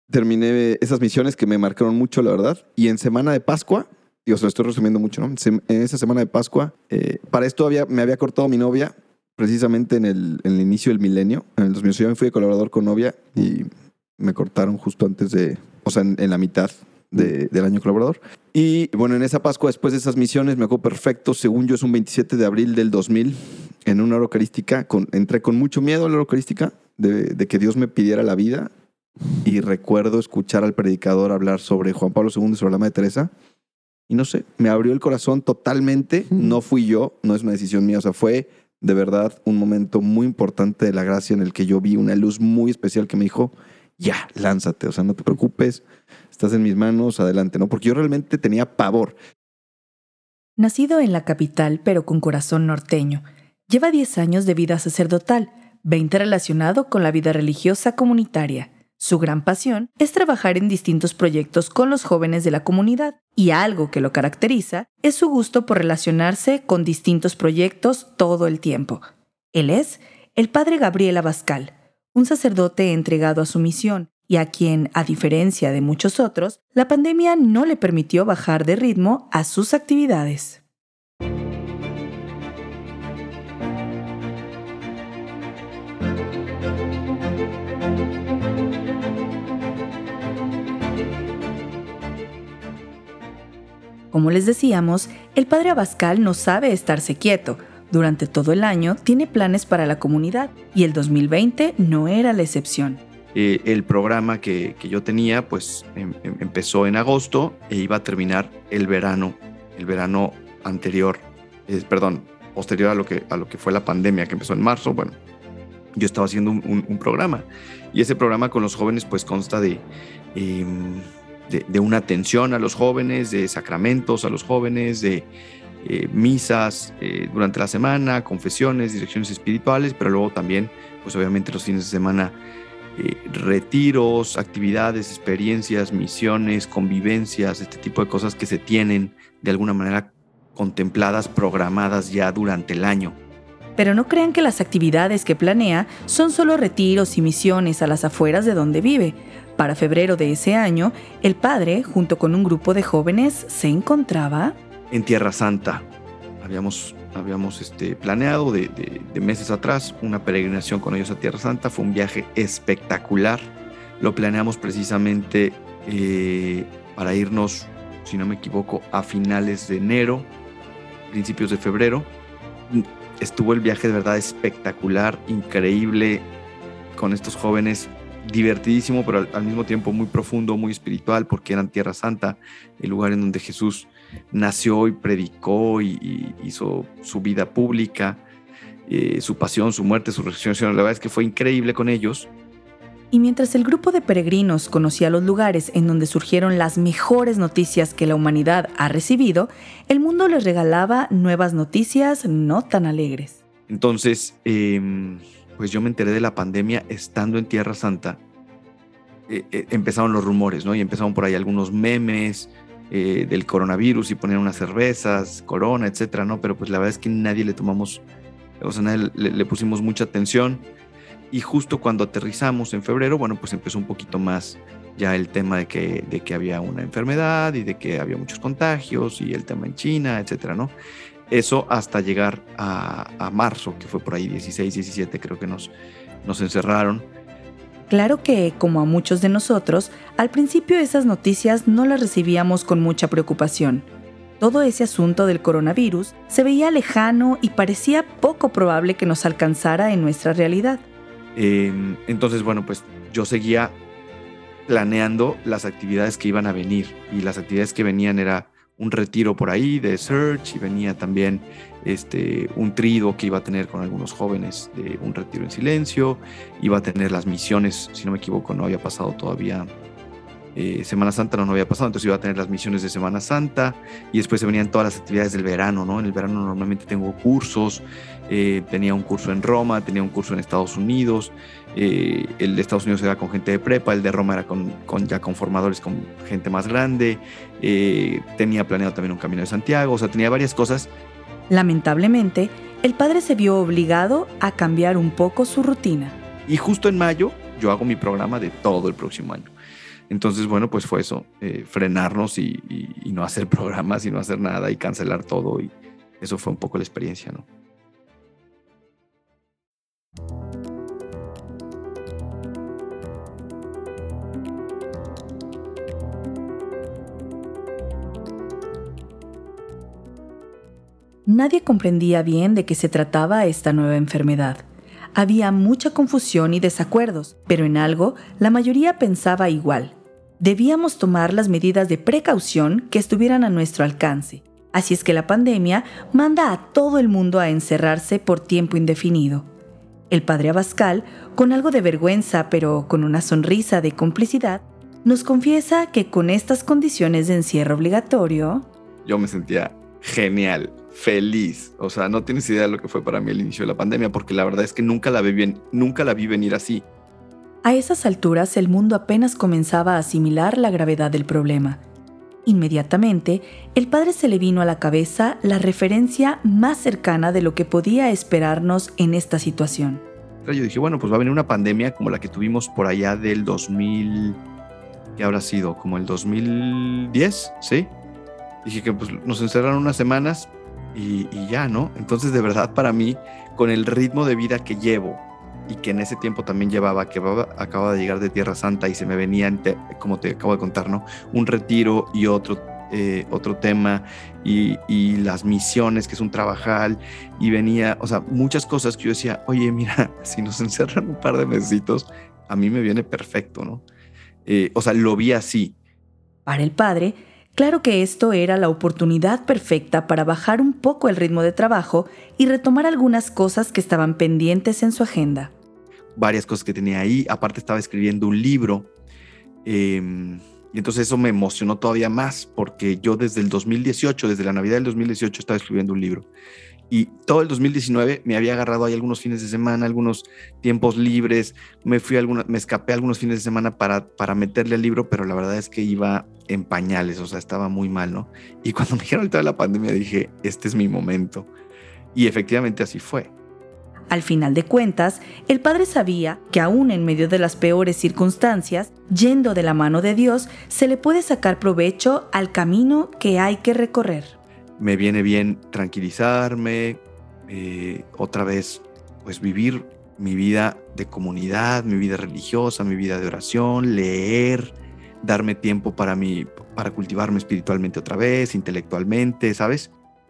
terminé esas misiones que me marcaron mucho, la verdad. Y en semana de Pascua, digo, se lo estoy resumiendo mucho, ¿no? En esa semana de Pascua, para esto me había cortado mi novia, precisamente en el inicio del milenio. En el 2008 yo me fui de colaborador con novia y me cortaron justo antes en la mitad del año colaborador. Y bueno, en esa Pascua, después de esas misiones, me acuerdo perfecto, según yo es un 27 de abril del 2000, en una hora eucarística, entré con mucho miedo a la hora eucarística, de que Dios me pidiera la vida. Y recuerdo escuchar al predicador hablar sobre Juan Pablo II, sobre la Madre Teresa. Y no sé, me abrió el corazón totalmente. No fui yo, no es una decisión mía. O sea, fue de verdad un momento muy importante de la gracia en el que yo vi una luz muy especial que me dijo, ya, lánzate. O sea, no te preocupes, estás en mis manos, adelante, ¿no? Porque yo realmente tenía pavor. Nacido en la capital, pero con corazón norteño, lleva 10 años de vida sacerdotal, 20 relacionado con la vida religiosa comunitaria. Su gran pasión es trabajar en distintos proyectos con los jóvenes de la comunidad, y algo que lo caracteriza es su gusto por relacionarse con distintos proyectos todo el tiempo. Él es el padre Gabriel Abascal, un sacerdote entregado a su misión y a quien, a diferencia de muchos otros, la pandemia no le permitió bajar de ritmo a sus actividades. Como les decíamos, el padre Abascal no sabe estarse quieto. Durante todo el año tiene planes para la comunidad y el 2020 no era la excepción. El programa que yo tenía pues empezó en agosto e iba a terminar el verano anterior, posterior a lo que fue la pandemia, que empezó en marzo. Bueno, yo estaba haciendo un programa, y ese programa con los jóvenes pues consta de una atención a los jóvenes, de sacramentos a los jóvenes, de misas durante la semana, confesiones, direcciones espirituales, pero luego también, pues obviamente los fines de semana, retiros, actividades, experiencias, misiones, convivencias, este tipo de cosas que se tienen de alguna manera contempladas, programadas ya durante el año. Pero no crean que las actividades que planea son solo retiros y misiones a las afueras de donde vive. Para febrero de ese año, el padre, junto con un grupo de jóvenes, se encontraba en Tierra Santa. Habíamos planeado de meses atrás una peregrinación con ellos a Tierra Santa. Fue un viaje espectacular. Lo planeamos precisamente para irnos, si no me equivoco, a finales de enero, principios de febrero. Estuvo el viaje de verdad espectacular, increíble, con estos jóvenes, divertidísimo, pero al mismo tiempo muy profundo, muy espiritual, porque era en Tierra Santa, el lugar en donde Jesús nació y predicó y hizo su vida pública, su pasión, su muerte, su resurrección. La verdad es que fue increíble con ellos. Y mientras el grupo de peregrinos conocía los lugares en donde surgieron las mejores noticias que la humanidad ha recibido, el mundo les regalaba nuevas noticias no tan alegres. Entonces, pues yo me enteré de la pandemia estando en Tierra Santa. Empezaron los rumores, ¿no? Y empezaron por ahí algunos memes del coronavirus y ponían unas cervezas, corona, etcétera, ¿no? Pero pues la verdad es que nadie le pusimos mucha atención. Y justo cuando aterrizamos en febrero, bueno, pues empezó un poquito más ya el tema de que había una enfermedad y de que había muchos contagios y el tema en China, etcétera, ¿no? Eso hasta llegar a marzo, que fue por ahí 16, 17, creo que nos encerraron. Claro que, como a muchos de nosotros, al principio esas noticias no las recibíamos con mucha preocupación. Todo ese asunto del coronavirus se veía lejano y parecía poco probable que nos alcanzara en nuestra realidad. Entonces, bueno, pues yo seguía planeando las actividades que iban a venir, y las actividades que venían era un retiro por ahí de Search, y venía también un triduo que iba a tener con algunos jóvenes de un retiro en silencio, iba a tener las misiones, si no me equivoco, no había pasado todavía Semana Santa, no había pasado, entonces iba a tener las misiones de Semana Santa, y después se venían todas las actividades del verano, ¿no? En el verano normalmente tengo cursos, tenía un curso en Roma, tenía un curso en Estados Unidos, el de Estados Unidos era con gente de prepa, el de Roma era con formadores, con gente más grande, tenía planeado también un camino de Santiago, o sea, tenía varias cosas. Lamentablemente, el padre se vio obligado a cambiar un poco su rutina. Y justo en mayo yo hago mi programa de todo el próximo año. Entonces, bueno, pues fue eso, frenarnos y no hacer programas y no hacer nada y cancelar todo. Y eso fue un poco la experiencia, ¿no? Nadie comprendía bien de qué se trataba esta nueva enfermedad. Había mucha confusión y desacuerdos, pero en algo la mayoría pensaba igual. Debíamos tomar las medidas de precaución que estuvieran a nuestro alcance. Así es que la pandemia manda a todo el mundo a encerrarse por tiempo indefinido. El padre Abascal, con algo de vergüenza pero con una sonrisa de complicidad, nos confiesa que con estas condiciones de encierro obligatorio... Yo me sentía genial, feliz. O sea, no tienes idea de lo que fue para mí el inicio de la pandemia, porque la verdad es que nunca la vi venir así. A esas alturas el mundo apenas comenzaba a asimilar la gravedad del problema. Inmediatamente, el padre se le vino a la cabeza la referencia más cercana de lo que podía esperarnos en esta situación. Yo dije, bueno, pues va a venir una pandemia como la que tuvimos por allá del 2000, ¿qué habrá sido? Como el 2010, ¿sí? Dije que pues nos encerraron unas semanas y ya, ¿no? Entonces, de verdad, para mí, con el ritmo de vida que llevo y que en ese tiempo también llevaba, que acababa de llegar de Tierra Santa y se me venían, como te acabo de contar, ¿no? Un retiro y otro tema y las misiones, que es un trabajal, y venía, o sea, muchas cosas que yo decía, oye, mira, si nos encerran un par de mesecitos, a mí me viene perfecto, ¿no? O sea, lo vi así. Para el padre, claro que esto era la oportunidad perfecta para bajar un poco el ritmo de trabajo y retomar algunas cosas que estaban pendientes en su agenda. Varias cosas que tenía ahí, aparte estaba escribiendo un libro, y entonces eso me emocionó todavía más, porque yo desde el 2018, desde la Navidad del 2018 estaba escribiendo un libro. Y todo el 2019 me había agarrado ahí algunos fines de semana, algunos tiempos libres, me escapé algunos fines de semana para meterle al libro, pero la verdad es que iba en pañales, o sea, estaba muy mal, ¿no? Y cuando me dijeron el tema de la pandemia dije, este es mi momento. Y efectivamente así fue. Al final de cuentas, el padre sabía que aún en medio de las peores circunstancias, yendo de la mano de Dios, se le puede sacar provecho al camino que hay que recorrer. Me viene bien tranquilizarme, otra vez pues vivir mi vida de comunidad, mi vida religiosa, mi vida de oración, leer, darme tiempo para cultivarme espiritualmente otra vez, intelectualmente, ¿sabes?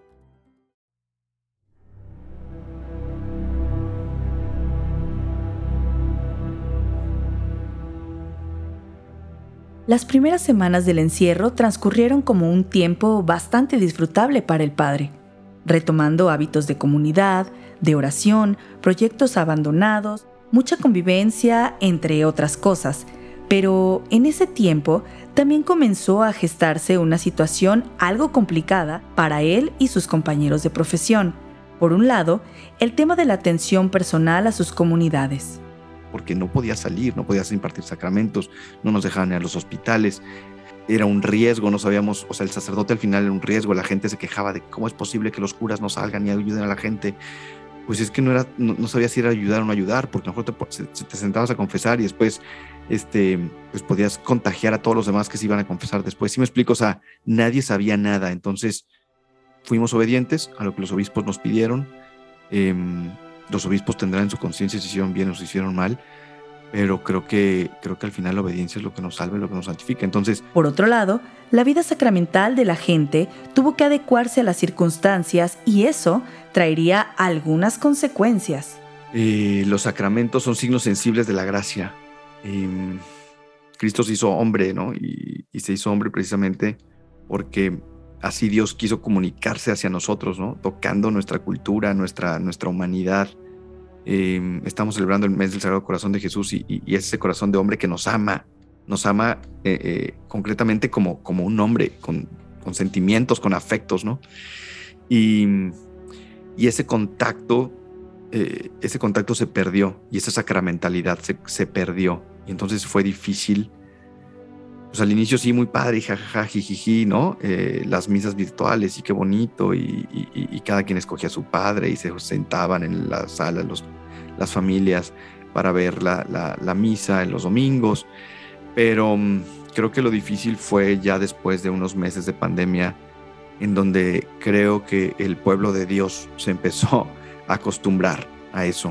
Las primeras semanas del encierro transcurrieron como un tiempo bastante disfrutable para el padre, retomando hábitos de comunidad, de oración, proyectos abandonados, mucha convivencia, entre otras cosas. Pero en ese tiempo también comenzó a gestarse una situación algo complicada para él y sus compañeros de profesión. Por un lado, el tema de la atención personal a sus comunidades. Porque no podía salir, no podías impartir sacramentos, no nos dejaban ir a los hospitales, era un riesgo, no sabíamos, o sea, el sacerdote al final era un riesgo, la gente se quejaba de cómo es posible que los curas no salgan y ayuden a la gente. Pues es que no sabías si era ayudar o no ayudar, porque a lo mejor te sentabas a confesar y después pues podías contagiar a todos los demás que se iban a confesar después. ¿Sí me explico? O sea, nadie sabía nada, entonces fuimos obedientes a lo que los obispos nos pidieron. Los obispos tendrán en su conciencia si hicieron bien o si hicieron mal, pero creo que al final la obediencia es lo que nos salva y lo que nos santifica. Entonces, por otro lado, la vida sacramental de la gente tuvo que adecuarse a las circunstancias y eso traería algunas consecuencias. Los sacramentos son signos sensibles de la gracia. Cristo se hizo hombre, ¿no? Y se hizo hombre precisamente porque así Dios quiso comunicarse hacia nosotros, ¿no? Tocando nuestra cultura, nuestra humanidad. Estamos celebrando el mes del Sagrado Corazón de Jesús y es ese corazón de hombre que nos ama concretamente como un hombre, con sentimientos, con afectos, ¿no? Y ese contacto se perdió y esa sacramentalidad se perdió. Y entonces fue difícil. Pues al inicio sí, muy padre, jajaja, jijiji, ¿no? Las misas virtuales y qué bonito, y cada quien escogía a su padre y se sentaban en la sala las familias para ver la misa en los domingos, pero Creo que lo difícil fue ya después de unos meses de pandemia, en donde creo que el pueblo de Dios se empezó a acostumbrar a eso.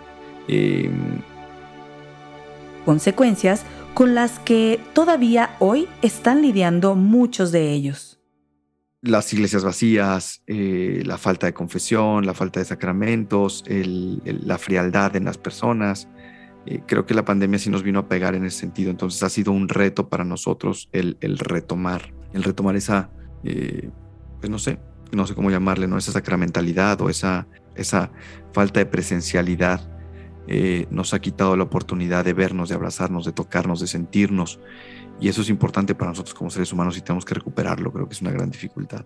Consecuencias con las que todavía hoy están lidiando muchos de ellos. Las iglesias vacías, la falta de confesión, la falta de sacramentos, la frialdad en las personas. Creo que la pandemia sí nos vino a pegar en ese sentido. Entonces ha sido un reto para nosotros el retomar esa, pues no sé cómo llamarle, ¿no? Esa sacramentalidad o esa falta de presencialidad. Nos ha quitado la oportunidad de vernos, de abrazarnos, de tocarnos, de sentirnos. Y eso es importante para nosotros como seres humanos y tenemos que recuperarlo. Creo que es una gran dificultad.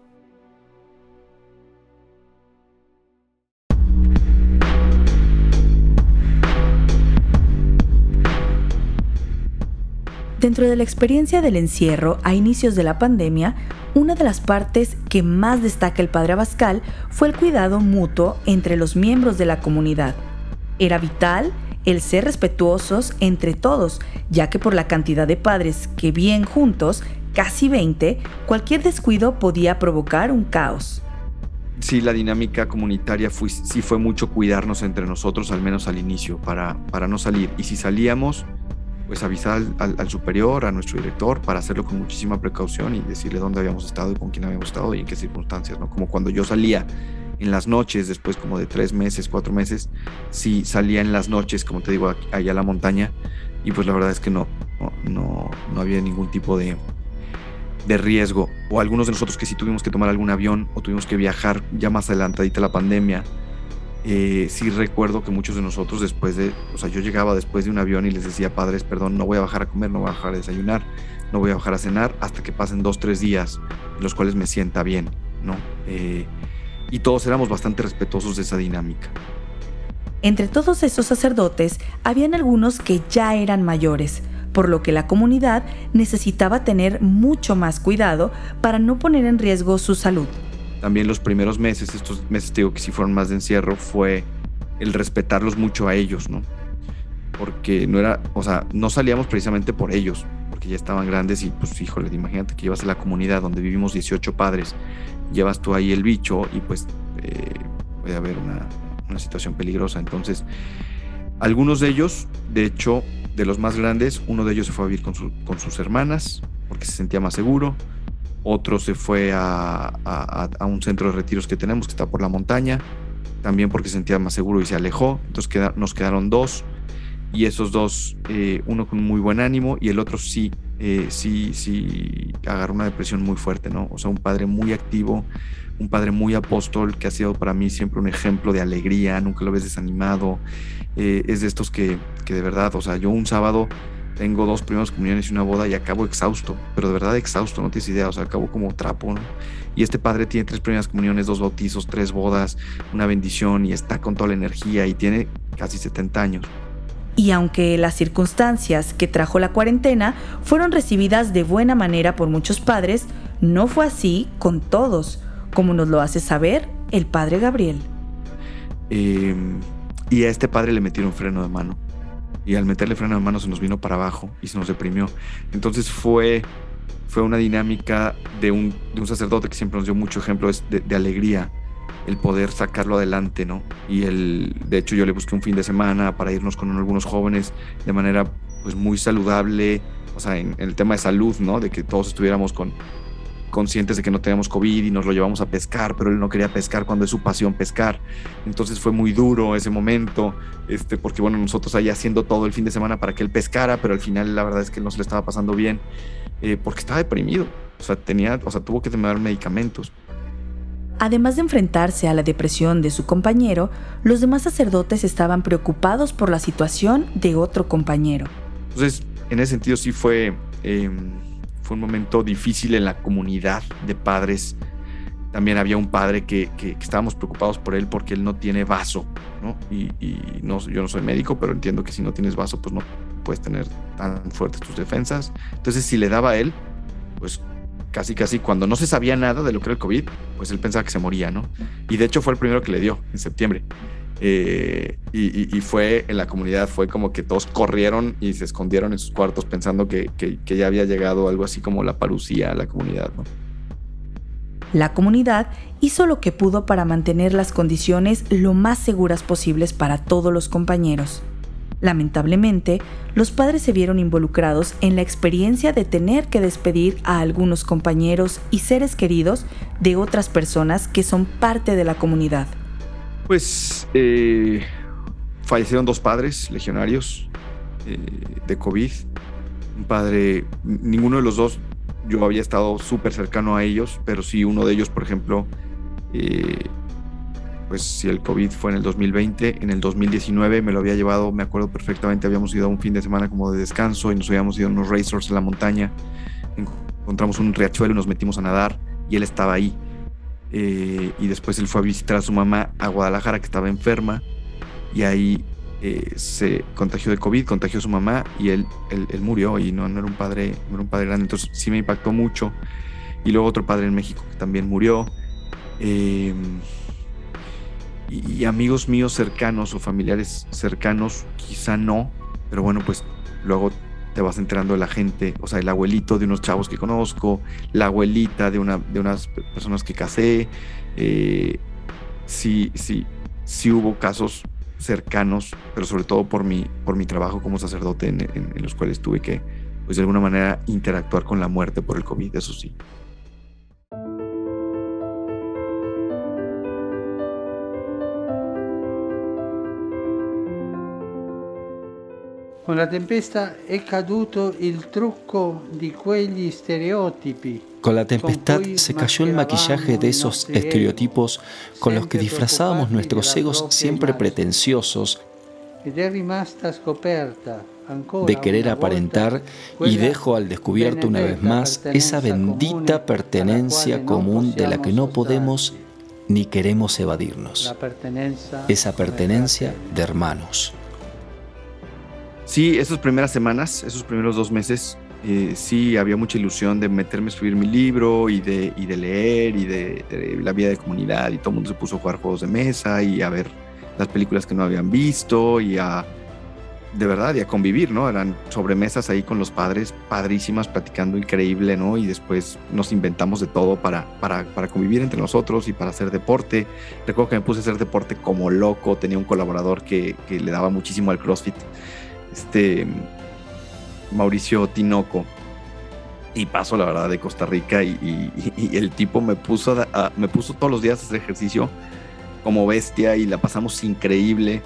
Dentro de la experiencia del encierro a inicios de la pandemia, una de las partes que más destaca el padre Abascal fue el cuidado mutuo entre los miembros de la comunidad. Era vital el ser respetuosos entre todos, ya que por la cantidad de padres que viven juntos, casi 20, cualquier descuido podía provocar un caos. Sí, la dinámica comunitaria sí fue mucho cuidarnos entre nosotros, al menos al inicio, para no salir. Y si salíamos, pues avisar al superior, a nuestro director, para hacerlo con muchísima precaución y decirle dónde habíamos estado y con quién habíamos estado y en qué circunstancias, ¿no? Como cuando yo salía en las noches, después como de 3 meses, 4 meses, sí salía en las noches, como te digo, allá a la montaña, y pues la verdad es que no había ningún tipo de riesgo. O algunos de nosotros que sí tuvimos que tomar algún avión o tuvimos que viajar ya más adelantadita la pandemia, sí recuerdo que muchos de nosotros yo llegaba después de un avión y les decía, padres, perdón, no voy a bajar a comer, no voy a bajar a desayunar, no voy a bajar a cenar hasta que pasen 2-3 días en los cuales me sienta bien, ¿no? Y todos éramos bastante respetuosos de esa dinámica. Entre todos esos sacerdotes, habían algunos que ya eran mayores, por lo que la comunidad necesitaba tener mucho más cuidado para no poner en riesgo su salud. También los primeros meses, estos meses te digo que sí fueron más de encierro, fue el respetarlos mucho a ellos, ¿no? Porque no salíamos precisamente por ellos, porque ya estaban grandes y pues híjole, imagínate que llevas a la comunidad donde vivimos 18 padres, llevas tú ahí el bicho y pues puede haber una situación peligrosa. Entonces, algunos de ellos, de hecho, de los más grandes, uno de ellos se fue a vivir con sus hermanas porque se sentía más seguro. Otro se fue a un centro de retiros que tenemos, que está por la montaña, también porque se sentía más seguro y se alejó. Entonces nos quedaron 2, y esos 2, uno con muy buen ánimo y el otro sí agarró una depresión muy fuerte, ¿no? O sea, un padre muy activo, un padre muy apóstol, que ha sido para mí siempre un ejemplo de alegría, nunca lo ves desanimado. Es de estos que de verdad, o sea, yo un sábado tengo 2 primeras comuniones y una boda y acabo exhausto, pero de verdad exhausto, no tienes idea, o sea, acabo como trapo, ¿no? Y este padre tiene 3 primeras comuniones, 2 bautizos, 3 bodas, una bendición y está con toda la energía y tiene casi 70 años. Y aunque las circunstancias que trajo la cuarentena fueron recibidas de buena manera por muchos padres, no fue así con todos, como nos lo hace saber el padre Gabriel. Y a este padre le metieron freno de mano. Y al meterle freno de mano se nos vino para abajo y se nos deprimió. Entonces fue una dinámica de un sacerdote que siempre nos dio mucho ejemplo de alegría, el poder sacarlo adelante, ¿no? Y de hecho yo le busqué un fin de semana para irnos con algunos jóvenes de manera pues muy saludable, o sea, en el tema de salud, ¿no? De que todos estuviéramos conscientes de que no teníamos COVID y nos lo llevamos a pescar, pero él no quería pescar cuando es su pasión pescar. Entonces fue muy duro ese momento, porque bueno, nosotros ahí haciendo todo el fin de semana para que él pescara, pero al final la verdad es que él no se le estaba pasando bien, porque estaba deprimido, o sea, tuvo que tomar medicamentos. Además de enfrentarse a la depresión de su compañero, los demás sacerdotes estaban preocupados por la situación de otro compañero. Entonces, en ese sentido sí fue un momento difícil en la comunidad de padres. También había un padre que estábamos preocupados por él porque él no tiene vaso, ¿no? Y no, yo no soy médico, pero entiendo que si no tienes vaso, pues no puedes tener tan fuertes tus defensas. Entonces, si le daba a él, pues casi cuando no se sabía nada de lo que era el COVID, pues él pensaba que se moría, ¿no? Y de hecho fue el primero que le dio en septiembre. Y fue en la comunidad, fue como que todos corrieron y se escondieron en sus cuartos pensando que ya había llegado algo así como la parucía a la comunidad, ¿no? La comunidad hizo lo que pudo para mantener las condiciones lo más seguras posibles para todos los compañeros. Lamentablemente, los padres se vieron involucrados en la experiencia de tener que despedir a algunos compañeros y seres queridos de otras personas que son parte de la comunidad. Pues fallecieron 2 padres legionarios de COVID. Un padre, ninguno de los 2, yo había estado súper cercano a ellos, pero sí uno de ellos, por ejemplo, pues si el COVID fue en el 2020, en el 2019 me lo había llevado, me acuerdo perfectamente, habíamos ido a un fin de semana como de descanso y nos habíamos ido a unos resorts en la montaña, encontramos un riachuelo y nos metimos a nadar y él estaba ahí. Y después él fue a visitar a su mamá a Guadalajara, que estaba enferma, y ahí se contagió de COVID, contagió a su mamá y él murió, y no era un padre grande, entonces sí me impactó mucho. Y luego otro padre en México que también murió, y amigos míos cercanos o familiares cercanos quizá no, pero bueno, pues luego te vas enterando de la gente, o sea, el abuelito de unos chavos que conozco, la abuelita de unas personas que casé, sí hubo casos cercanos, pero sobre todo por mi trabajo como sacerdote en los cuales tuve que, pues de alguna manera, interactuar con la muerte por el COVID, eso sí. Con la tempesta è caduto il trucco di quegli stereotipi. Con la tempestad se cayó el maquillaje de esos estereotipos con los que disfrazábamos nuestros egos siempre pretenciosos de querer aparentar, y dejo al descubierto una vez más esa bendita pertenencia común de la que no podemos ni queremos evadirnos. Esa pertenencia de hermanos. Sí, esas primeras semanas, esos primeros 2 meses, sí había mucha ilusión de meterme a escribir mi libro y de leer y de la vida de comunidad, y todo el mundo se puso a jugar juegos de mesa y a ver las películas que no habían visto y de verdad, y a convivir, ¿no? Eran sobremesas ahí con los padres, padrísimas, platicando increíble, ¿no? Y después nos inventamos de todo para convivir entre nosotros y para hacer deporte. Recuerdo que me puse a hacer deporte como loco, tenía un colaborador que le daba muchísimo al CrossFit, Mauricio Tinoco, y paso la verdad de Costa Rica, y el tipo me puso todos los días a hacer ejercicio como bestia y la pasamos increíble.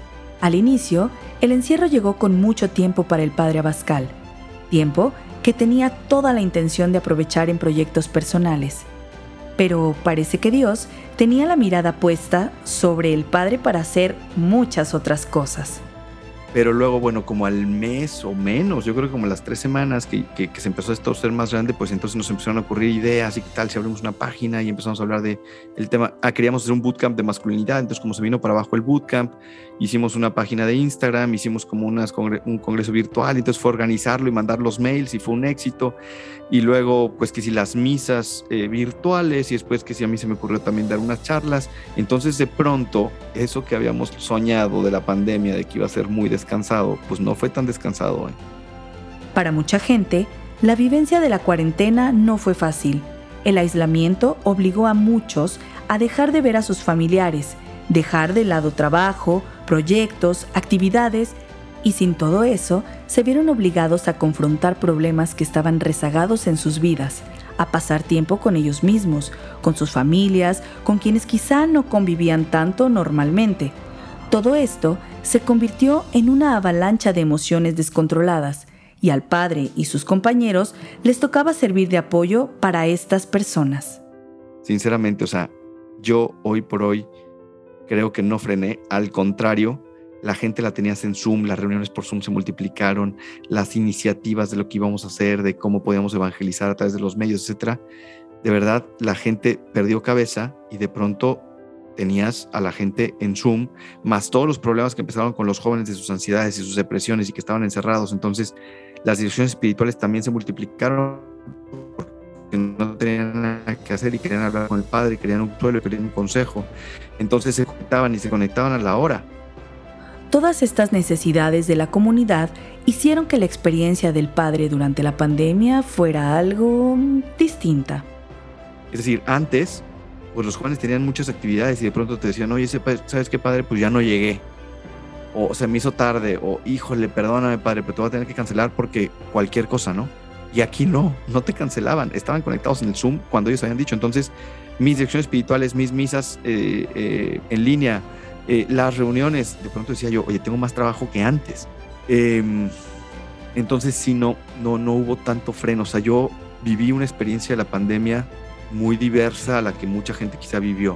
Al inicio, el encierro llegó con mucho tiempo para el padre Abascal, tiempo que tenía toda la intención de aprovechar en proyectos personales. Pero parece que Dios tenía la mirada puesta sobre el padre para hacer muchas otras cosas. Pero luego, bueno, como al mes o menos, yo creo que como las 3 semanas que se empezó esto a ser más grande, pues entonces nos empezaron a ocurrir ideas y qué tal si abrimos una página y empezamos a hablar del tema. Queríamos hacer un bootcamp de masculinidad, entonces como se vino para abajo el bootcamp, hicimos una página de Instagram, hicimos como un congreso virtual, entonces fue organizarlo y mandar los mails y fue un éxito. Y luego, pues que si las misas virtuales, y después que si a mí se me ocurrió también dar unas charlas. Entonces de pronto, eso que habíamos soñado de la pandemia, de que iba a ser muy descansado, pues no fue tan descansado. Para mucha gente, la vivencia de la cuarentena no fue fácil. El aislamiento obligó a muchos a dejar de ver a sus familiares, dejar de lado trabajo, proyectos, actividades, y sin todo eso, se vieron obligados a confrontar problemas que estaban rezagados en sus vidas, a pasar tiempo con ellos mismos, con sus familias, con quienes quizá no convivían tanto normalmente. Todo esto se convirtió en una avalancha de emociones descontroladas, y al padre y sus compañeros les tocaba servir de apoyo para estas personas. Sinceramente, o sea, yo hoy por hoy creo que no frené, al contrario, la gente la tenías en Zoom, las reuniones por Zoom se multiplicaron, las iniciativas de lo que íbamos a hacer, de cómo podíamos evangelizar a través de los medios, etcétera. De verdad, la gente perdió cabeza y de pronto tenías a la gente en Zoom, más todos los problemas que empezaron con los jóvenes de sus ansiedades y sus depresiones y que estaban encerrados. Entonces, las direcciones espirituales también se multiplicaron porque no tenían nada que hacer y querían hablar con el padre, querían un consuelo, querían un consejo. Entonces se conectaban a la hora. Todas estas necesidades de la comunidad hicieron que la experiencia del padre durante la pandemia fuera algo distinta. Es decir, antes, pues los jóvenes tenían muchas actividades y de pronto te decían, oye, ¿sabes qué, padre? Pues ya no llegué. O se me hizo tarde, o híjole, perdóname, padre, pero te voy a tener que cancelar porque cualquier cosa, ¿no? Y aquí no te cancelaban, estaban conectados en el Zoom cuando ellos habían dicho. Entonces, mis direcciones espirituales, mis misas en línea, las reuniones, de pronto decía yo, oye, tengo más trabajo que antes. Entonces sí, no hubo tanto freno. O sea, yo viví una experiencia de la pandemia muy diversa a la que mucha gente quizá vivió.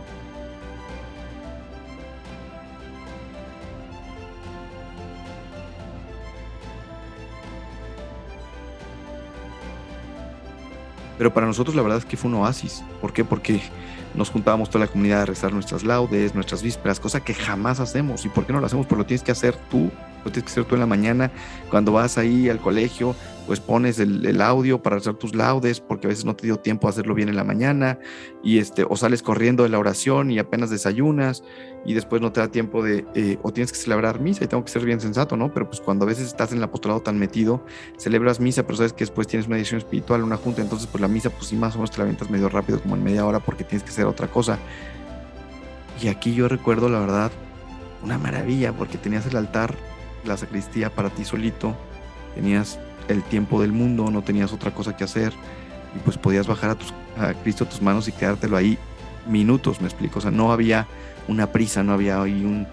Pero para nosotros la verdad es que fue un oasis. ¿Por qué? Porque nos juntábamos toda la comunidad a rezar nuestras laudes, nuestras vísperas, cosa que jamás hacemos. ¿Y por qué no lo hacemos? Pues lo tienes que hacer tú. Lo tienes que hacer tú en la mañana. Cuando vas ahí al colegio, pues pones el audio para rezar tus laudes, porque a veces no te dio tiempo a hacerlo bien en la mañana, y o sales corriendo de la oración y apenas desayunas, y después no te da tiempo o tienes que celebrar misa, y tengo que ser bien sensato, ¿no? Pero pues cuando a veces estás en el apostolado tan metido, celebras misa, pero sabes que después tienes una dirección espiritual, una junta, entonces pues la misa pues sí más o menos te la avientas medio rápido, como en media hora, porque tienes que hacer otra cosa. Y aquí yo recuerdo, la verdad, una maravilla, porque tenías el altar, la sacristía para ti solito, tenías el tiempo del mundo, no tenías otra cosa que hacer, y pues podías bajar a Cristo a tus manos y quedártelo ahí minutos, me explico. O sea, no había una prisa, no había ahí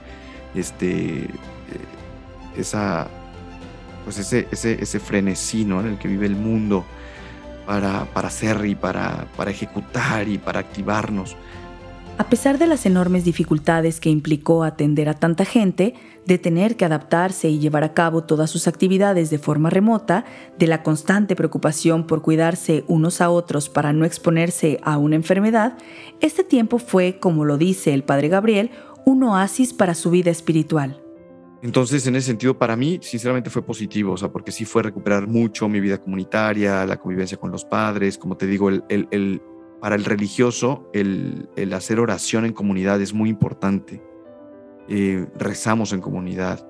ese frenesí, ¿no?, en el que vive el mundo para hacer y para ejecutar y para activarnos. A pesar de las enormes dificultades que implicó atender a tanta gente, de tener que adaptarse y llevar a cabo todas sus actividades de forma remota, de la constante preocupación por cuidarse unos a otros para no exponerse a una enfermedad, este tiempo fue, como lo dice el padre Gabriel, un oasis para su vida espiritual. Entonces, en ese sentido, para mí, sinceramente fue positivo, o sea, porque sí fue recuperar mucho mi vida comunitaria, la convivencia con los padres, como te digo, para el religioso, el hacer oración en comunidad es muy importante. Rezamos en comunidad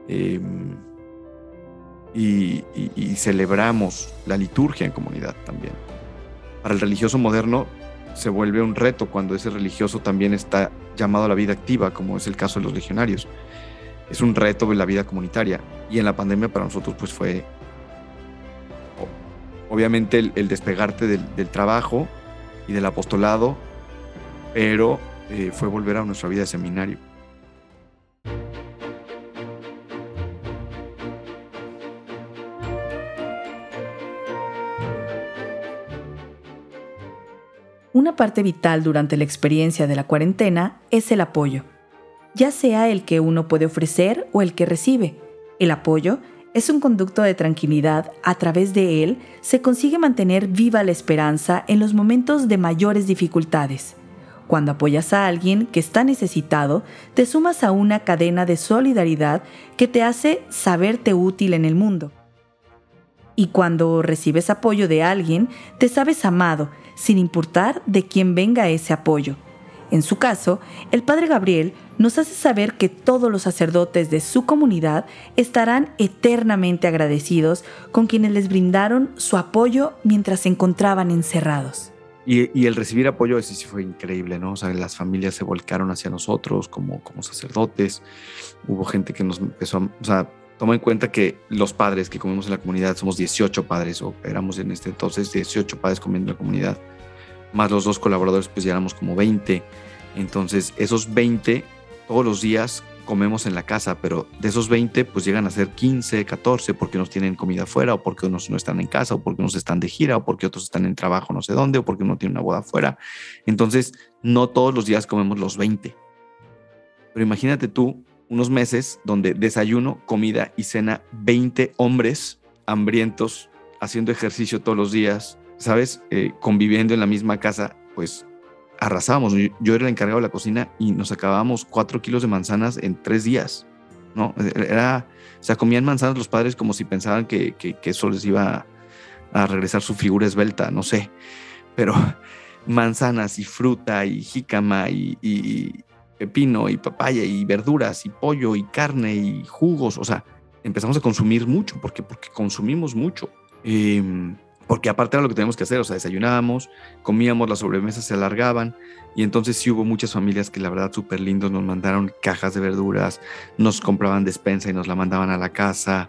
y celebramos la liturgia en comunidad también. Para el religioso moderno se vuelve un reto cuando ese religioso también está llamado a la vida activa, como es el caso de los legionarios. Es un reto de la vida comunitaria, y en la pandemia para nosotros pues fue obviamente el despegarte del trabajo y del apostolado, pero fue volver a nuestra vida de seminario. Una parte vital durante la experiencia de la cuarentena es el apoyo, ya sea el que uno puede ofrecer o el que recibe. El apoyo es un conducto de tranquilidad. A través de él se consigue mantener viva la esperanza en los momentos de mayores dificultades. Cuando apoyas a alguien que está necesitado, te sumas a una cadena de solidaridad que te hace saberte útil en el mundo. Y cuando recibes apoyo de alguien, te sabes amado, sin importar de quién venga ese apoyo. En su caso, el padre Gabriel nos hace saber que todos los sacerdotes de su comunidad estarán eternamente agradecidos con quienes les brindaron su apoyo mientras se encontraban encerrados. Y el recibir apoyo, ese sí fue increíble, ¿no? O sea, las familias se volcaron hacia nosotros como sacerdotes. Hubo gente que nos empezó o sea, toma en cuenta que los padres que comemos en la comunidad somos 18 padres, o éramos en este entonces 18 padres comiendo en la comunidad, más los 2 colaboradores, pues ya éramos como 20. Entonces, esos 20 todos los días comemos en la casa, pero de esos 20 pues llegan a ser 15, 14 porque unos tienen comida afuera, o porque unos no están en casa, o porque unos están de gira, o porque otros están en trabajo no sé dónde, o porque uno tiene una boda afuera. Entonces, no todos los días comemos los 20. Pero imagínate tú unos meses donde desayuno, comida y cena 20 hombres hambrientos, haciendo ejercicio todos los días, ¿sabes? Conviviendo en la misma casa, pues arrasábamos. Yo era el encargado de la cocina y nos acabábamos 4 kilos de manzanas en 3 días, ¿no? O sea, comían manzanas los padres como si pensaban que eso les iba a regresar su figura esbelta, no sé. Pero manzanas y fruta y jícama y pepino y papaya y verduras y pollo y carne y jugos. O sea, empezamos a consumir mucho porque consumimos mucho. Porque aparte era lo que teníamos que hacer, o sea, desayunábamos, comíamos, las sobremesas se alargaban y entonces sí hubo muchas familias que la verdad súper lindos nos mandaron cajas de verduras, nos compraban despensa y nos la mandaban a la casa,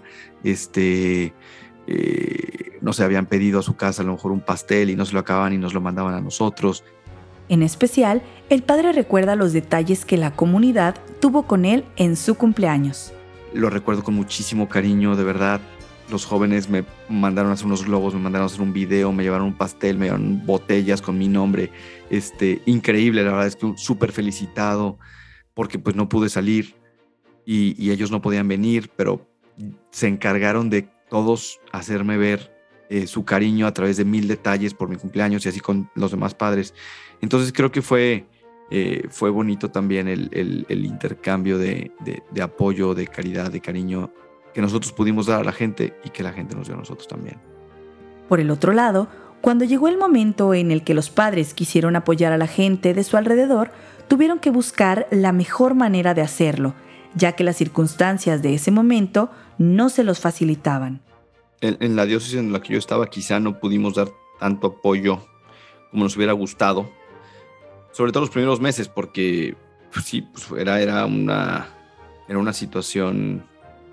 no sé, habían pedido a su casa a lo mejor un pastel y no se lo acababan y nos lo mandaban a nosotros. En especial, el padre recuerda los detalles que la comunidad tuvo con él en su cumpleaños. Lo recuerdo con muchísimo cariño, de verdad. Los jóvenes me mandaron a hacer unos globos, me mandaron a hacer un video, me llevaron un pastel, me llevaron botellas con mi nombre. Increíble, la verdad es que súper felicitado porque pues no pude salir y ellos no podían venir, pero se encargaron de todos hacerme ver su cariño a través de 1000 detalles por mi cumpleaños y así con los demás padres. Entonces creo que fue bonito también el intercambio de apoyo, de caridad, de cariño que nosotros pudimos dar a la gente y que la gente nos dio a nosotros también. Por el otro lado, cuando llegó el momento en el que los padres quisieron apoyar a la gente de su alrededor, tuvieron que buscar la mejor manera de hacerlo, ya que las circunstancias de ese momento no se los facilitaban. En la diócesis en la que yo estaba quizá no pudimos dar tanto apoyo como nos hubiera gustado, sobre todo los primeros meses, porque pues sí, pues era una situación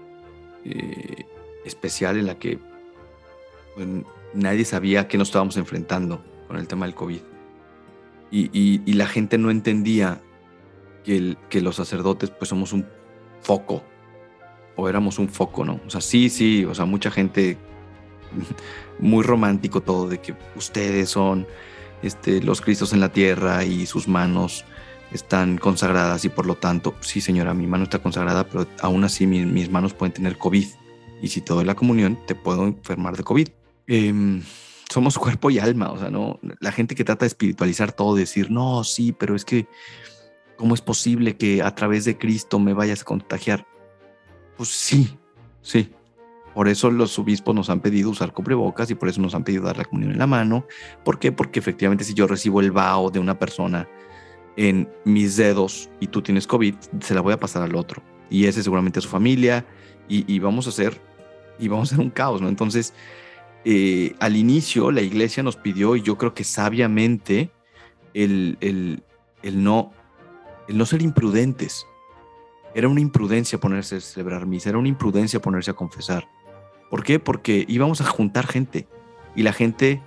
especial en la que pues, nadie sabía a qué nos estábamos enfrentando con el tema del COVID. Y la gente no entendía que los sacerdotes pues somos un foco, o éramos un foco, ¿no? O sea, sí, o sea, mucha gente, muy romántico todo, de que ustedes son los Cristos en la tierra y sus manos están consagradas y por lo tanto, sí señora, mi mano está consagrada, pero aún así mis manos pueden tener COVID y si te doy la comunión te puedo enfermar de COVID. Somos cuerpo y alma, o sea, no, la gente que trata de espiritualizar todo, decir, no, sí, pero es que ¿cómo es posible que a través de Cristo me vayas a contagiar? Pues sí. Por eso los obispos nos han pedido usar cubrebocas y por eso nos han pedido dar la comunión en la mano. ¿Por qué? Porque efectivamente si yo recibo el vaho de una persona en mis dedos y tú tienes COVID, se la voy a pasar al otro. Y ese seguramente a su familia y vamos a hacer un caos, ¿no? Entonces, al inicio la iglesia nos pidió, y yo creo que sabiamente, el no ser imprudentes. Era una imprudencia ponerse a celebrar misa, era una imprudencia ponerse a confesar. ¿Por qué? Porque íbamos a juntar gente y la gente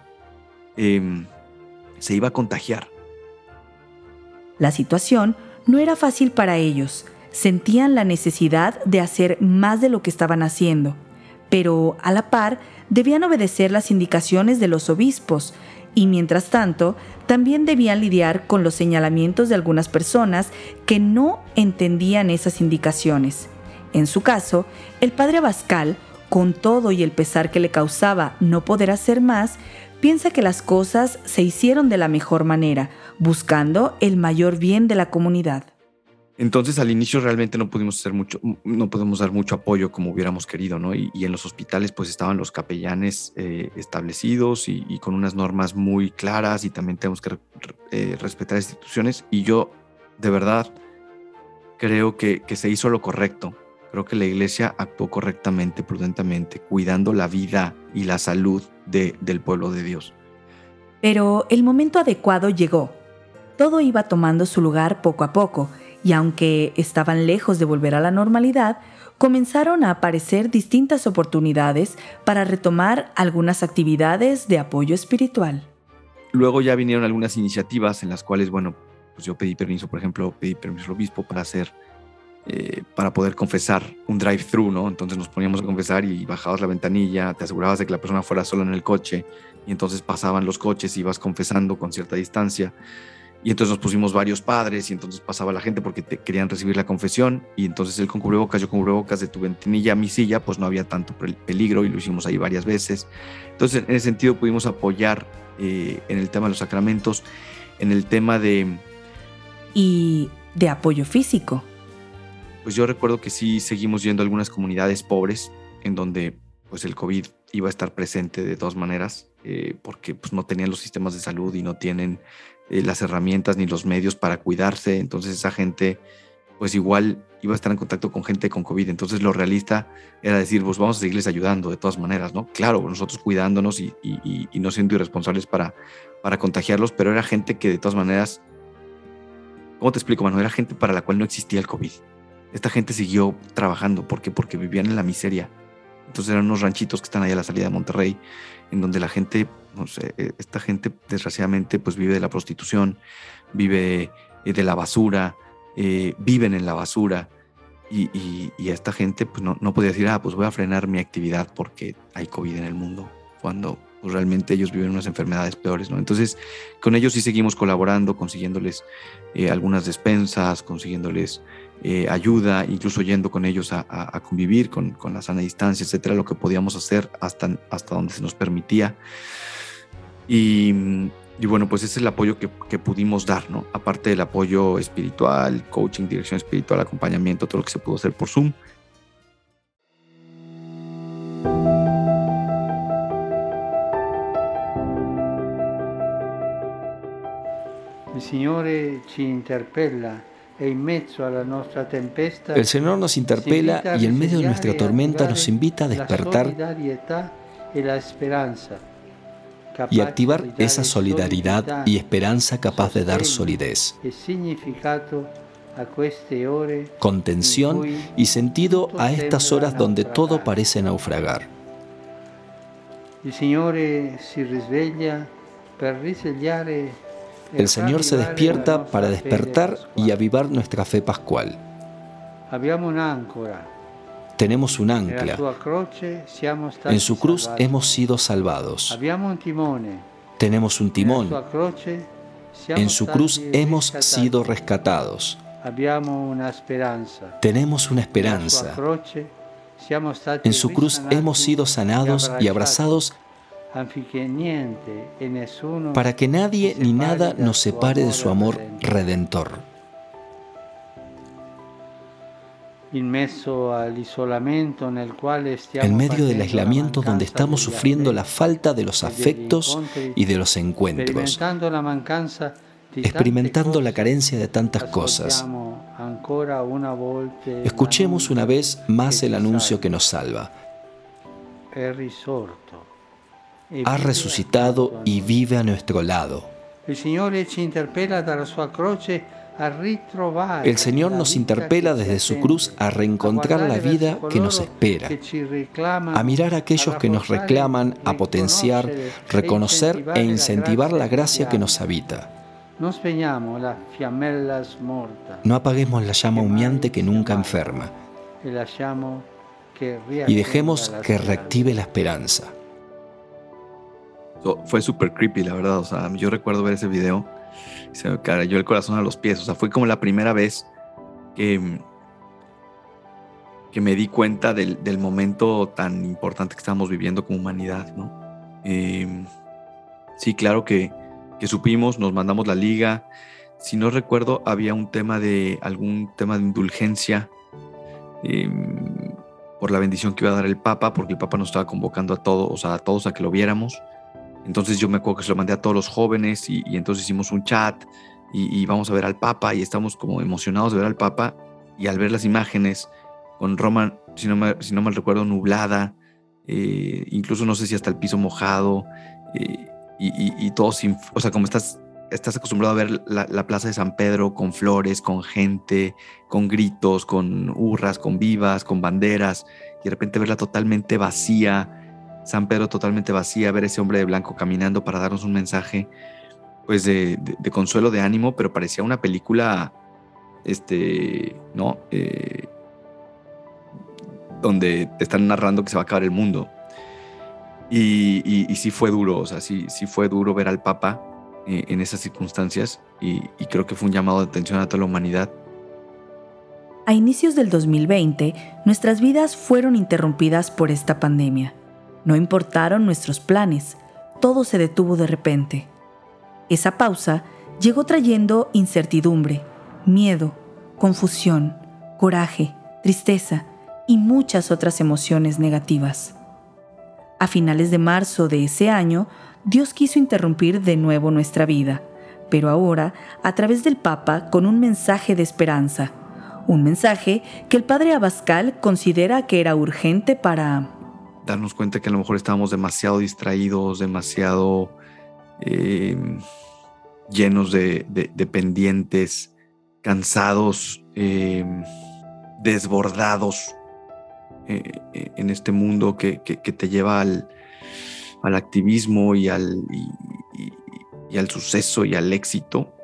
se iba a contagiar. La situación no era fácil para ellos. Sentían la necesidad de hacer más de lo que estaban haciendo, pero a la par debían obedecer las indicaciones de los obispos y mientras tanto también debían lidiar con los señalamientos de algunas personas que no entendían esas indicaciones. En su caso, el padre Abascal, con todo y el pesar que le causaba no poder hacer más, piensa que las cosas se hicieron de la mejor manera, buscando el mayor bien de la comunidad. Entonces al inicio realmente no pudimos dar mucho apoyo como hubiéramos querido, ¿no? Y en los hospitales pues estaban los capellanes establecidos y con unas normas muy claras y también tenemos que respetar instituciones y yo de verdad creo que se hizo lo correcto. Creo que la iglesia actuó correctamente, prudentemente, cuidando la vida y la salud del pueblo de Dios. Pero el momento adecuado llegó. Todo iba tomando su lugar poco a poco y aunque estaban lejos de volver a la normalidad, comenzaron a aparecer distintas oportunidades para retomar algunas actividades de apoyo espiritual. Luego ya vinieron algunas iniciativas en las cuales, bueno, pues yo pedí permiso, por ejemplo, al obispo para poder confesar un drive-thru, ¿no? Entonces nos poníamos a confesar y bajabas la ventanilla, te asegurabas de que la persona fuera sola en el coche y entonces pasaban los coches y ibas confesando con cierta distancia. Y entonces nos pusimos varios padres y entonces pasaba la gente porque querían recibir la confesión y entonces él con cubrebocas, yo con cubrebocas, de tu ventanilla a mi silla, pues no había tanto peligro y lo hicimos ahí varias veces. Entonces en ese sentido pudimos apoyar en el tema de los sacramentos, en el tema y de apoyo físico. Pues yo recuerdo que sí seguimos yendo a algunas comunidades pobres en donde pues el COVID iba a estar presente de todas maneras, porque pues, no tenían los sistemas de salud y no tienen las herramientas ni los medios para cuidarse. Entonces esa gente pues igual iba a estar en contacto con gente con COVID. Entonces lo realista era decir, pues vamos a seguirles ayudando de todas maneras, ¿no? Claro, nosotros cuidándonos y no siendo irresponsables para contagiarlos, pero era gente que de todas maneras, ¿cómo te explico, mano? Era gente para la cual no existía el COVID. Esta gente siguió trabajando. ¿Por qué? Porque vivían en la miseria. Entonces eran unos ranchitos que están ahí a la salida de Monterrey, en donde la gente, no sé, esta gente desgraciadamente pues vive de la prostitución, vive de la basura, viven en la basura, y a esta gente pues no podía decir, pues voy a frenar mi actividad porque hay COVID en el mundo, cuando pues, realmente ellos viven unas enfermedades peores, ¿no? Entonces con ellos sí seguimos colaborando, consiguiéndoles algunas despensas, consiguiéndoles ayuda, incluso yendo con ellos a convivir con la sana distancia, etcétera, lo que podíamos hacer hasta donde se nos permitía. Y bueno, pues ese es el apoyo que pudimos dar, ¿no? Aparte del apoyo espiritual, coaching, dirección espiritual, acompañamiento, todo lo que se pudo hacer por Zoom. El Señor ci interpella. El Señor nos interpela y en medio de nuestra tormenta nos invita a despertar y activar esa solidaridad y esperanza capaz de dar solidez, contención y sentido a estas horas donde todo parece naufragar. El Señor se despierta para despertar y avivar nuestra fe pascual. Tenemos un ancla. En su cruz hemos sido salvados. Tenemos un timón. En su cruz hemos sido rescatados. Tenemos una esperanza. En su cruz hemos sido sanados y abrazados para que nadie ni nada nos separe de su amor redentor. En medio del aislamiento donde estamos sufriendo la falta de los afectos y de los encuentros, experimentando la carencia de tantas cosas, escuchemos una vez más el anuncio que nos salva. Ha resucitado y vive a nuestro lado. El Señor nos interpela desde su cruz a reencontrar la vida que nos espera, a mirar a aquellos que nos reclaman, a potenciar, reconocer e incentivar la gracia que nos habita. No apaguemos la llama humeante que nunca enferma y dejemos que reactive la esperanza. Fue súper creepy, la verdad. O sea, yo recuerdo ver ese video y se me cayó el corazón a los pies. O sea, fue como la primera vez que me di cuenta del momento tan importante que estábamos viviendo como humanidad, ¿no? Sí, claro que supimos, nos mandamos la liga. Si no recuerdo, había algún tema de indulgencia por la bendición que iba a dar el Papa, porque el Papa nos estaba convocando a todos a que lo viéramos. Entonces yo me acuerdo que se lo mandé a todos los jóvenes y entonces hicimos un chat y vamos a ver al Papa y estamos como emocionados de ver al Papa, y al ver las imágenes con Roma, si no mal recuerdo, nublada, incluso no sé si hasta el piso mojado, y todo sin, o sea, como estás acostumbrado a ver la plaza de San Pedro con flores, con gente, con gritos, con hurras, con vivas, con banderas, y de repente verla totalmente vacía, San Pedro totalmente vacía, ver ese hombre de blanco caminando para darnos un mensaje pues de consuelo, de ánimo, pero parecía una película ¿no? Donde te están narrando que se va a acabar el mundo. Y sí fue duro, o sea, sí fue duro ver al Papa en esas circunstancias, y creo que fue un llamado de atención a toda la humanidad. A inicios del 2020, nuestras vidas fueron interrumpidas por esta pandemia. No importaron nuestros planes, todo se detuvo de repente. Esa pausa llegó trayendo incertidumbre, miedo, confusión, coraje, tristeza y muchas otras emociones negativas. A finales de marzo de ese año, Dios quiso interrumpir de nuevo nuestra vida, pero ahora a través del Papa con un mensaje de esperanza. Un mensaje que el padre Abascal considera que era urgente para darnos cuenta que a lo mejor estábamos demasiado distraídos, demasiado llenos de pendientes, cansados, desbordados en este mundo que te lleva al activismo y al suceso y al éxito,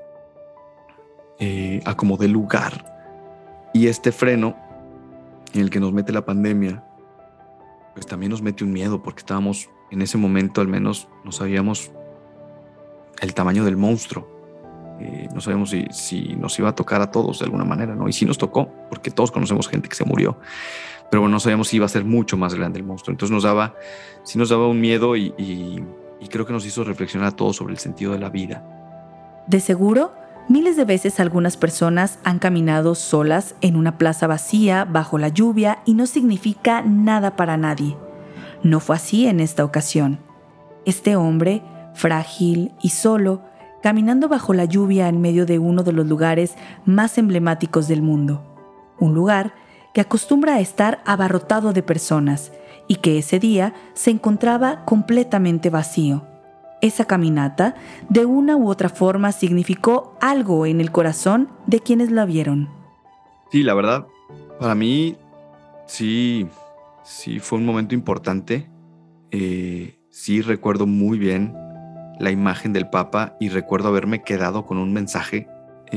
a como dé lugar. Y este freno en el que nos mete la pandemia, pues también nos mete un miedo, porque estábamos en ese momento, al menos no sabíamos el tamaño del monstruo. No sabíamos si nos iba a tocar a todos de alguna manera, ¿no? Y sí nos tocó, porque todos conocemos gente que se murió, pero bueno, no sabíamos si iba a ser mucho más grande el monstruo. Entonces nos daba un miedo y creo que nos hizo reflexionar a todos sobre el sentido de la vida. De seguro, miles de veces algunas personas han caminado solas en una plaza vacía bajo la lluvia y no significa nada para nadie. No fue así en esta ocasión. Este hombre, frágil y solo, caminando bajo la lluvia en medio de uno de los lugares más emblemáticos del mundo. Un lugar que acostumbra a estar abarrotado de personas y que ese día se encontraba completamente vacío. Esa caminata, de una u otra forma, significó algo en el corazón de quienes la vieron. Sí, la verdad, para mí sí fue un momento importante. Sí recuerdo muy bien la imagen del Papa y recuerdo haberme quedado con un mensaje,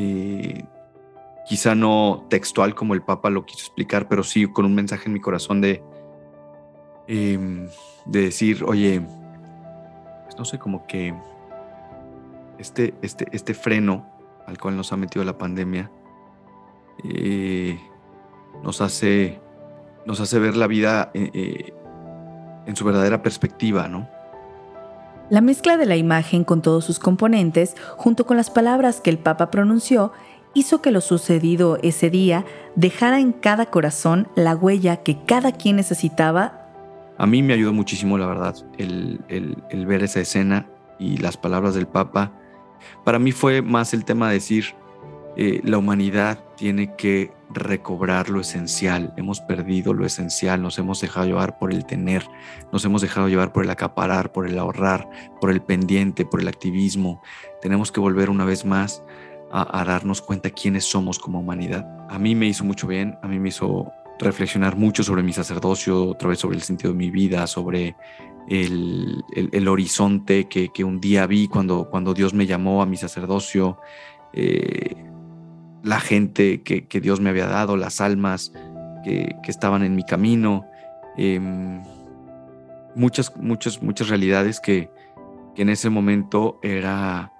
quizá no textual como el Papa lo quiso explicar, pero sí con un mensaje en mi corazón de decir, oye, pues no sé, como que este freno al cual nos ha metido la pandemia nos hace ver la vida en su verdadera perspectiva, ¿no? La mezcla de la imagen con todos sus componentes, junto con las palabras que el Papa pronunció, hizo que lo sucedido ese día dejara en cada corazón la huella que cada quien necesitaba. A mí me ayudó muchísimo, la verdad, el ver esa escena y las palabras del Papa. Para mí fue más el tema de decir, la humanidad tiene que recobrar lo esencial. Hemos perdido lo esencial, nos hemos dejado llevar por el tener, nos hemos dejado llevar por el acaparar, por el ahorrar, por el pendiente, por el activismo. Tenemos que volver una vez más a darnos cuenta quiénes somos como humanidad. A mí me hizo mucho bien, a mí me hizo reflexionar mucho sobre mi sacerdocio, otra vez sobre el sentido de mi vida, sobre el horizonte que un día vi cuando Dios me llamó a mi sacerdocio, la gente que Dios me había dado, las almas que estaban en mi camino, muchas realidades que en ese momento era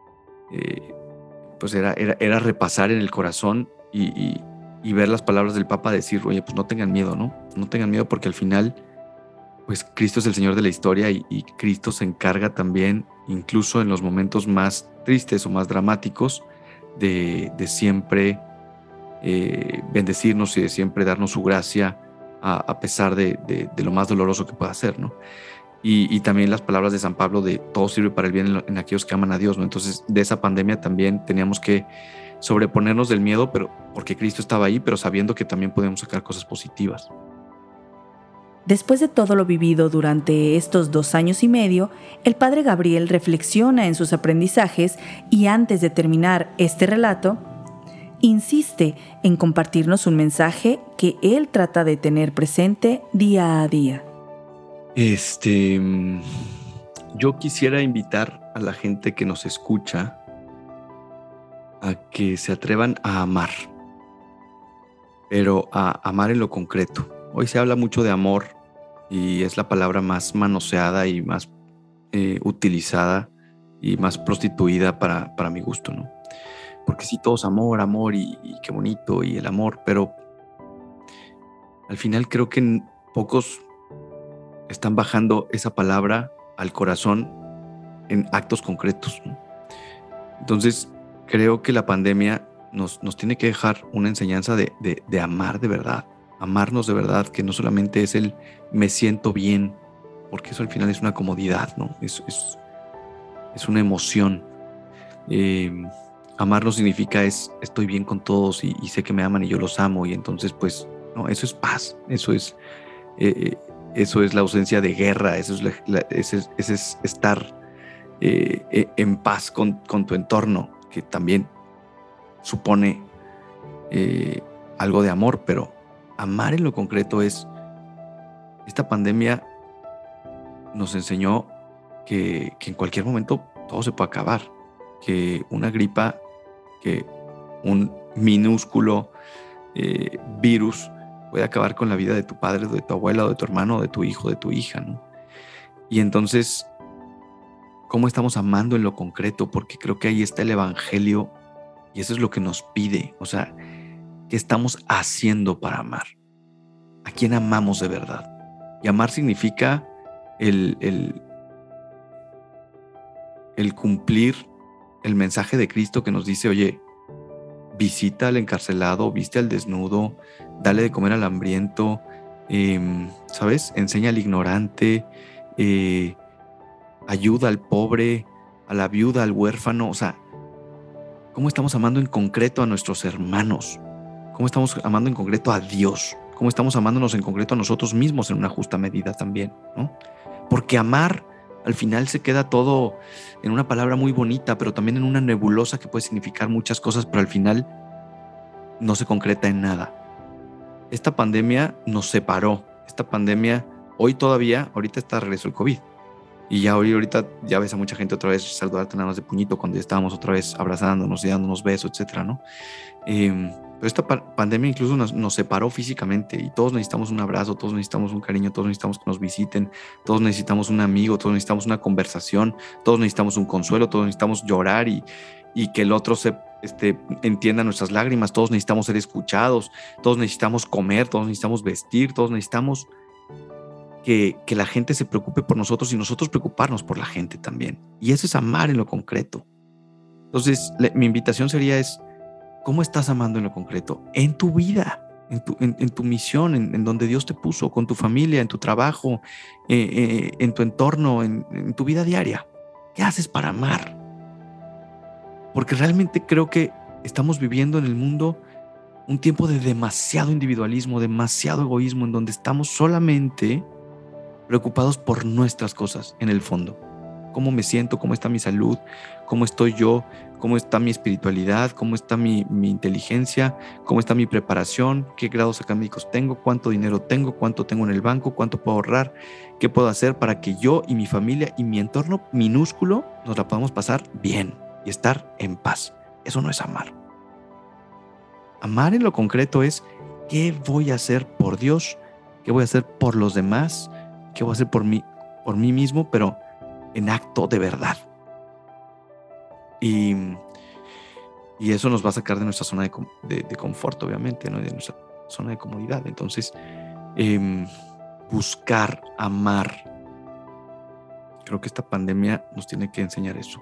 repasar en el corazón y ver las palabras del Papa, decir, oye, pues no tengan miedo, ¿no? No tengan miedo, porque al final, pues Cristo es el Señor de la historia y Cristo se encarga también, incluso en los momentos más tristes o más dramáticos, de siempre bendecirnos y de siempre darnos su gracia a pesar de lo más doloroso que pueda ser, ¿no? Y también las palabras de San Pablo de todo sirve para el bien en aquellos que aman a Dios, ¿no? Entonces, de esa pandemia también teníamos que sobreponernos del miedo, pero porque Cristo estaba ahí, pero sabiendo que también podemos sacar cosas positivas. Después de todo lo vivido durante estos 2 años y medio, el padre Gabriel reflexiona en sus aprendizajes y antes de terminar este relato, insiste en compartirnos un mensaje que él trata de tener presente día a día. Yo quisiera invitar a la gente que nos escucha a que se atrevan a amar, pero a amar en lo concreto. Hoy se habla mucho de amor y es la palabra más manoseada y más utilizada y más prostituida para mi gusto, ¿no? Porque sí, todos amor y qué bonito y el amor, pero al final creo que pocos están bajando esa palabra al corazón en actos concretos, ¿no? Entonces, creo que la pandemia nos tiene que dejar una enseñanza de amar de verdad, amarnos de verdad, que no solamente es el me siento bien porque eso al final es una comodidad, ¿no? Es una emoción. Amar no significa estoy bien con todos y sé que me aman y yo los amo, y entonces pues no, eso es paz, eso es la ausencia de guerra, eso es estar en paz con tu entorno, que también supone algo de amor. Pero amar en lo concreto esta pandemia nos enseñó que en cualquier momento todo se puede acabar, que una gripa, que un minúsculo virus puede acabar con la vida de tu padre, de tu abuela, o de tu hermano, o de tu hijo, de tu hija, ¿no? Y entonces, ¿cómo estamos amando en lo concreto? Porque creo que ahí está el evangelio y eso es lo que nos pide. O sea, ¿qué estamos haciendo para amar? ¿A quién amamos de verdad? Y amar significa el cumplir el mensaje de Cristo que nos dice, oye, visita al encarcelado, viste al desnudo, dale de comer al hambriento, ¿sabes? Enseña al ignorante, ayuda al pobre, a la viuda, al huérfano. O sea, ¿cómo estamos amando en concreto a nuestros hermanos? ¿Cómo estamos amando en concreto a Dios? ¿Cómo estamos amándonos en concreto a nosotros mismos en una justa medida también, ¿no? Porque amar al final se queda todo en una palabra muy bonita, pero también en una nebulosa que puede significar muchas cosas, pero al final no se concreta en nada. Esta pandemia nos separó. Esta pandemia, ahorita está de regreso el COVID. Y ahorita ya ves a mucha gente otra vez saludarte nada más de puñito cuando ya estábamos otra vez abrazándonos y dándonos besos, etcétera, ¿no? Pero esta pandemia incluso nos separó físicamente y todos necesitamos un abrazo, todos necesitamos un cariño, todos necesitamos que nos visiten, todos necesitamos un amigo, todos necesitamos una conversación, todos necesitamos un consuelo, todos necesitamos llorar y que el otro entienda nuestras lágrimas, todos necesitamos ser escuchados, todos necesitamos comer, todos necesitamos vestir, todos necesitamos que la gente se preocupe por nosotros y nosotros preocuparnos por la gente también. Y eso es amar en lo concreto. Entonces, mi invitación sería ¿cómo estás amando en lo concreto? En tu vida, en tu misión, en donde Dios te puso, con tu familia, en tu trabajo, en tu entorno, en tu vida diaria. ¿Qué haces para amar? Porque realmente creo que estamos viviendo en el mundo un tiempo de demasiado individualismo, demasiado egoísmo, en donde estamos solamente preocupados por nuestras cosas en el fondo. ¿Cómo me siento? ¿Cómo está mi salud? ¿Cómo estoy yo? ¿Cómo está mi espiritualidad? ¿Cómo está mi inteligencia? ¿Cómo está mi preparación? ¿Qué grados académicos tengo? ¿Cuánto dinero tengo? ¿Cuánto tengo en el banco? ¿Cuánto puedo ahorrar? ¿Qué puedo hacer para que yo y mi familia y mi entorno minúsculo nos la podamos pasar bien y estar en paz? Eso no es amar. Amar en lo concreto es ¿qué voy a hacer por Dios? ¿Qué voy a hacer por los demás? ¿Qué voy a hacer por mí mismo? Pero en acto de verdad. Y eso nos va a sacar de nuestra zona de confort, obviamente, ¿no? De nuestra zona de comodidad. Entonces, buscar, amar. Creo que esta pandemia nos tiene que enseñar eso.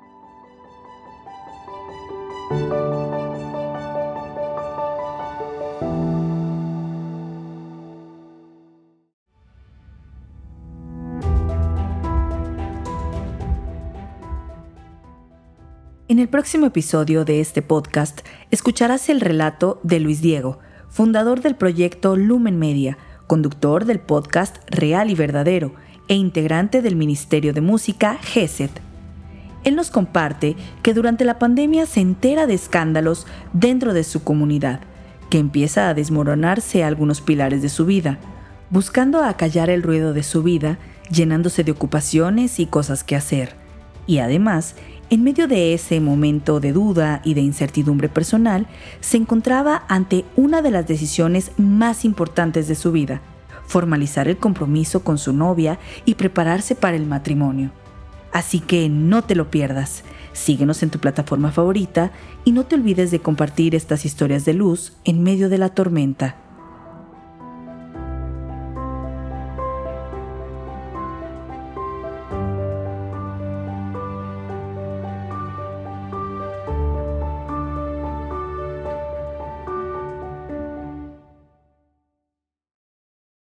En el próximo episodio de este podcast escucharás el relato de Luis Diego, fundador del proyecto Lumen Media, conductor del podcast Real y Verdadero e integrante del Ministerio de Música GESED. Él nos comparte que durante la pandemia se entera de escándalos dentro de su comunidad, que empieza a desmoronarse algunos pilares de su vida, buscando acallar el ruido de su vida, llenándose de ocupaciones y cosas que hacer. Y además, en medio de ese momento de duda y de incertidumbre personal, se encontraba ante una de las decisiones más importantes de su vida: formalizar el compromiso con su novia y prepararse para el matrimonio. Así que no te lo pierdas. Síguenos en tu plataforma favorita y no te olvides de compartir estas historias de luz en medio de la tormenta.